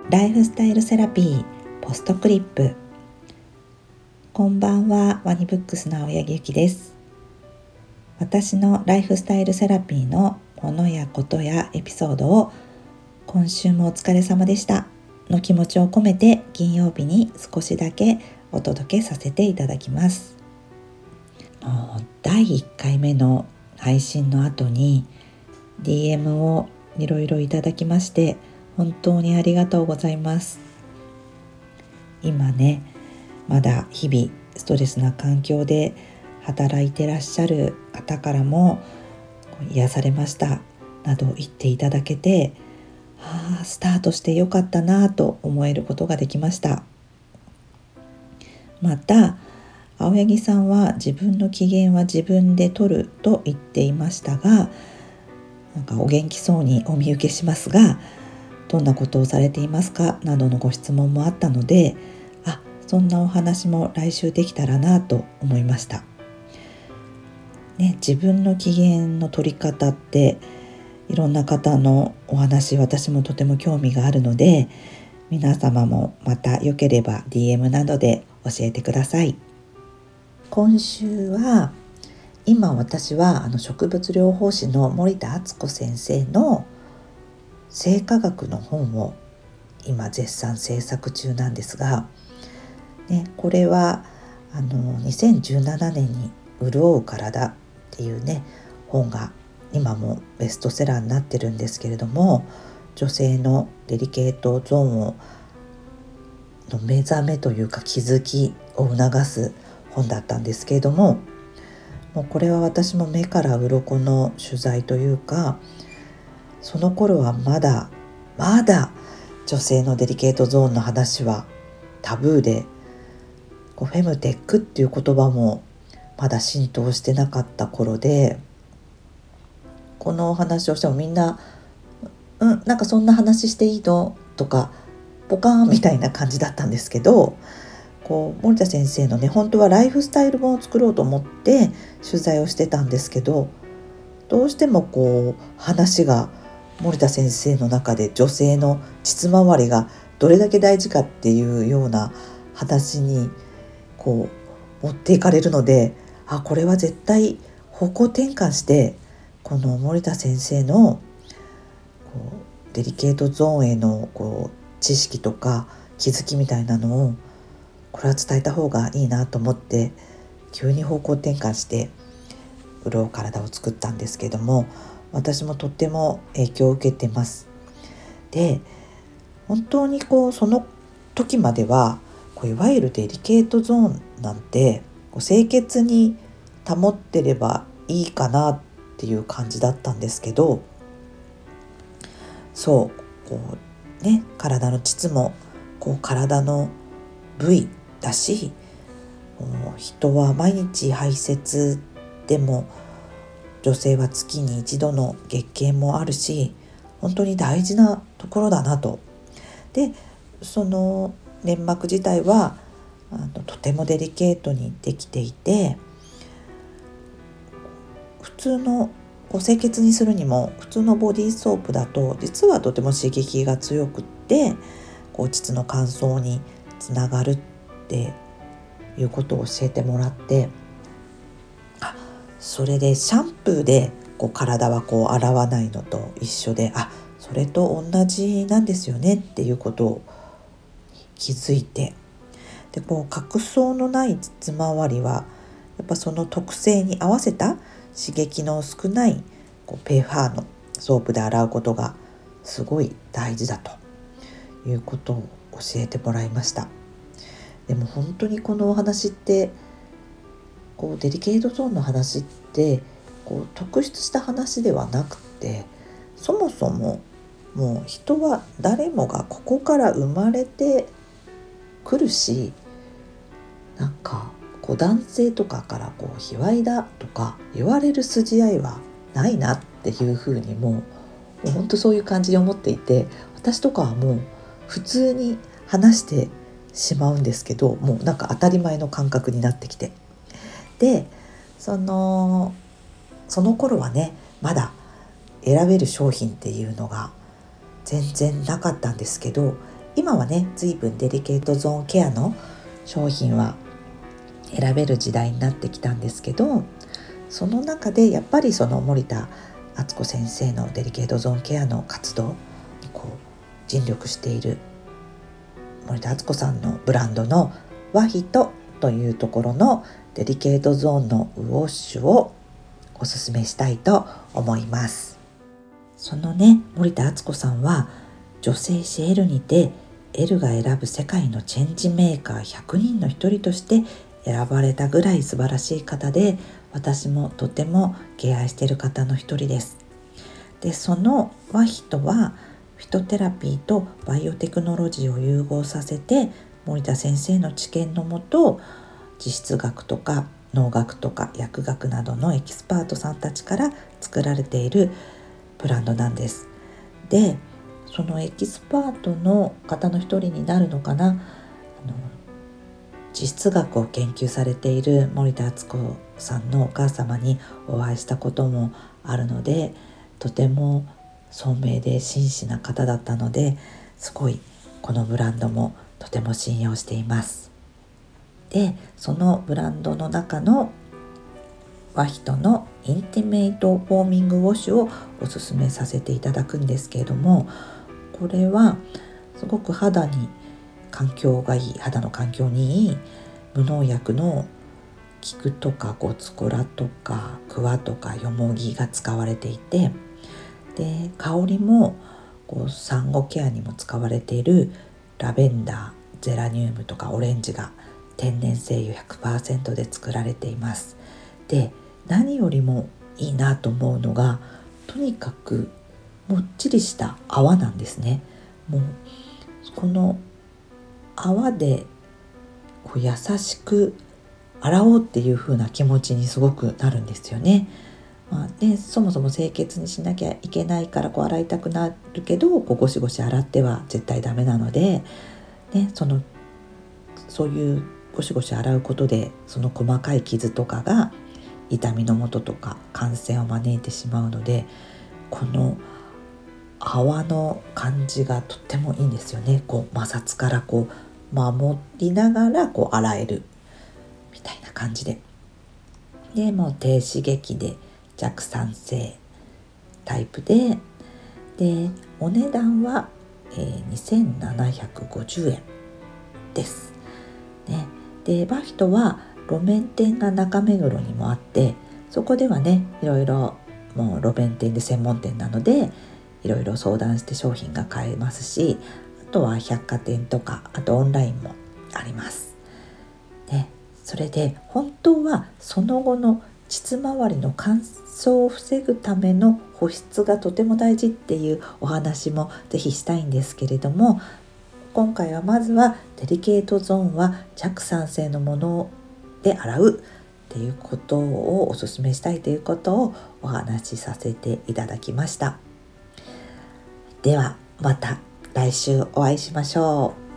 ライフスタイルセラピーポストクリップ。こんばんは、ワニブックスの青柳ゆきです。私のライフスタイルセラピーのものやことやエピソードを、今週もお疲れ様でしたの気持ちを込めて金曜日に少しだけお届けさせていただきます。第1回目の配信の後に DM をいろいろいただきまして本当にありがとうございます。今ね、まだ日々ストレスな環境で働いてらっしゃる方からも癒されましたなど言っていただけて、スタートしてよかったなと思えることができました。また青柳さんは自分の機嫌は自分で取ると言っていましたが、お元気そうにお見受けしますが、どんなことをされていますかなどのご質問もあったので、そんなお話も来週できたらなと思いました。自分の機嫌の取り方っていろんな方のお話、私もとても興味があるので、皆様もまたよければ DM などで教えてください。今週は今私は植物療法士の森田敦子先生の生化学の本を今絶賛制作中なんですが、これは2017年に潤う体っていう本が今もベストセラーになってるんですけれども、女性のデリケートゾーンの目覚めというか気づきを促す本だったんですけれども、もうこれは私も目から鱗の取材というか、その頃はまだ女性のデリケートゾーンの話はタブーで、フェムテックっていう言葉もまだ浸透してなかった頃で、このお話をしてもみんななんかそんな話していいのとかポカーンみたいな感じだったんですけど、森田先生の本当はライフスタイル本を作ろうと思って取材をしてたんですけど、どうしても話が森田先生の中で女性の膣周りがどれだけ大事かっていうような話に持っていかれるので、これは絶対方向転換して、この森田先生のデリケートゾーンへの知識とか気づきみたいなのをこれは伝えた方がいいなと思って、急に方向転換して潤う体を作ったんですけども、私もとっても影響を受けてます。で、本当にその時まではいわゆるデリケートゾーンなんて清潔に保ってればいいかなっていう感じだったんですけど、体の膣も体の部位だし、人は毎日排泄でも女性は月に一度の月経もあるし、本当に大事なところだなと。で、その粘膜自体はとてもデリケートにできていて、普通の清潔にするにも普通のボディーソープだと実はとても刺激が強くって膣の乾燥につながるっていうことを教えてもらって、それでシャンプーで体は洗わないのと一緒で、それと同じなんですよねっていうことを気づいて、で角層のない膣周りはやっぱその特性に合わせた刺激の少ないpHのソープで洗うことがすごい大事だということを教えてもらいました。でも本当にこのお話ってデリケートゾーンの話って特筆した話ではなくて、そもそももう人は誰もがここから生まれてくるし、男性とかから卑猥だとか言われる筋合いはないなっていうふうにもう本当そういう感じで思っていて、私とかはもう普通に話してしまうんですけど、もう当たり前の感覚になってきて、でその頃はまだ選べる商品っていうのが全然なかったんですけど、 今はね随分デリケートゾーンケアの商品は選べる時代になってきたんですけど、その中でやっぱりその森田敦子先生のデリケートゾーンケアの活動に尽力している森田敦子さんのブランドのワヒトというところのデリケートゾーンのウォッシュをおすすめしたいと思います。そのね森田敦子さんは女性誌 L にて L が選ぶ世界のチェンジメーカー100人の一人として選ばれたぐらい素晴らしい方で、私もとても敬愛している方の一人です。でそのワヒトはフィトテラピーとバイオテクノロジーを融合させて、森田先生の知見のもと地質学とか農学とか薬学などのエキスパートさんたちから作られているブランドなんです。でそのエキスパートの方の一人になるのかな、地質学を研究されている森田敦子さんのお母様にお会いしたこともあるので、とても聡明で真摯な方だったので、すごいこのブランドもとても信用しています。でそのブランドの中のワヒトのインティメイトフォーミングウォッシュをおすすめさせていただくんですけれども、これはすごく肌に環境がいい、肌の環境にいい無農薬の菊とかゴツコラとかクワとかヨモギが使われていて、で香りも産後ケアにも使われているラベンダー、ゼラニウムとかオレンジが天然精油 100% で作られています。で何よりもいいなと思うのが、とにかくもっちりした泡なんですね。もうこの泡で優しく洗おうっていう風な気持ちにすごくなるんですよね。そもそも清潔にしなきゃいけないから洗いたくなるけど、ゴシゴシ洗っては絶対ダメなので、そういうゴシゴシ洗うことでその細かい傷とかが痛みのもととか感染を招いてしまうので、この泡の感じがとってもいいんですよね。摩擦から守りながら洗えるみたいな感じで、もう低刺激で弱酸性タイプで、お値段は、2750円です、でバヒトは路面店が中目黒にもあって、そこではねいろいろもう路面店で専門店なのでいろいろ相談して商品が買えますし、あとは百貨店とかあとオンラインもあります。それで本当はその後の膣周りの乾燥を防ぐための保湿がとても大事っていうお話もぜひしたいんですけれども、今回はまずはデリケートゾーンは弱酸性のもので洗うっていうことをお勧めしたいということをお話しさせていただきました。ではまた来週お会いしましょう。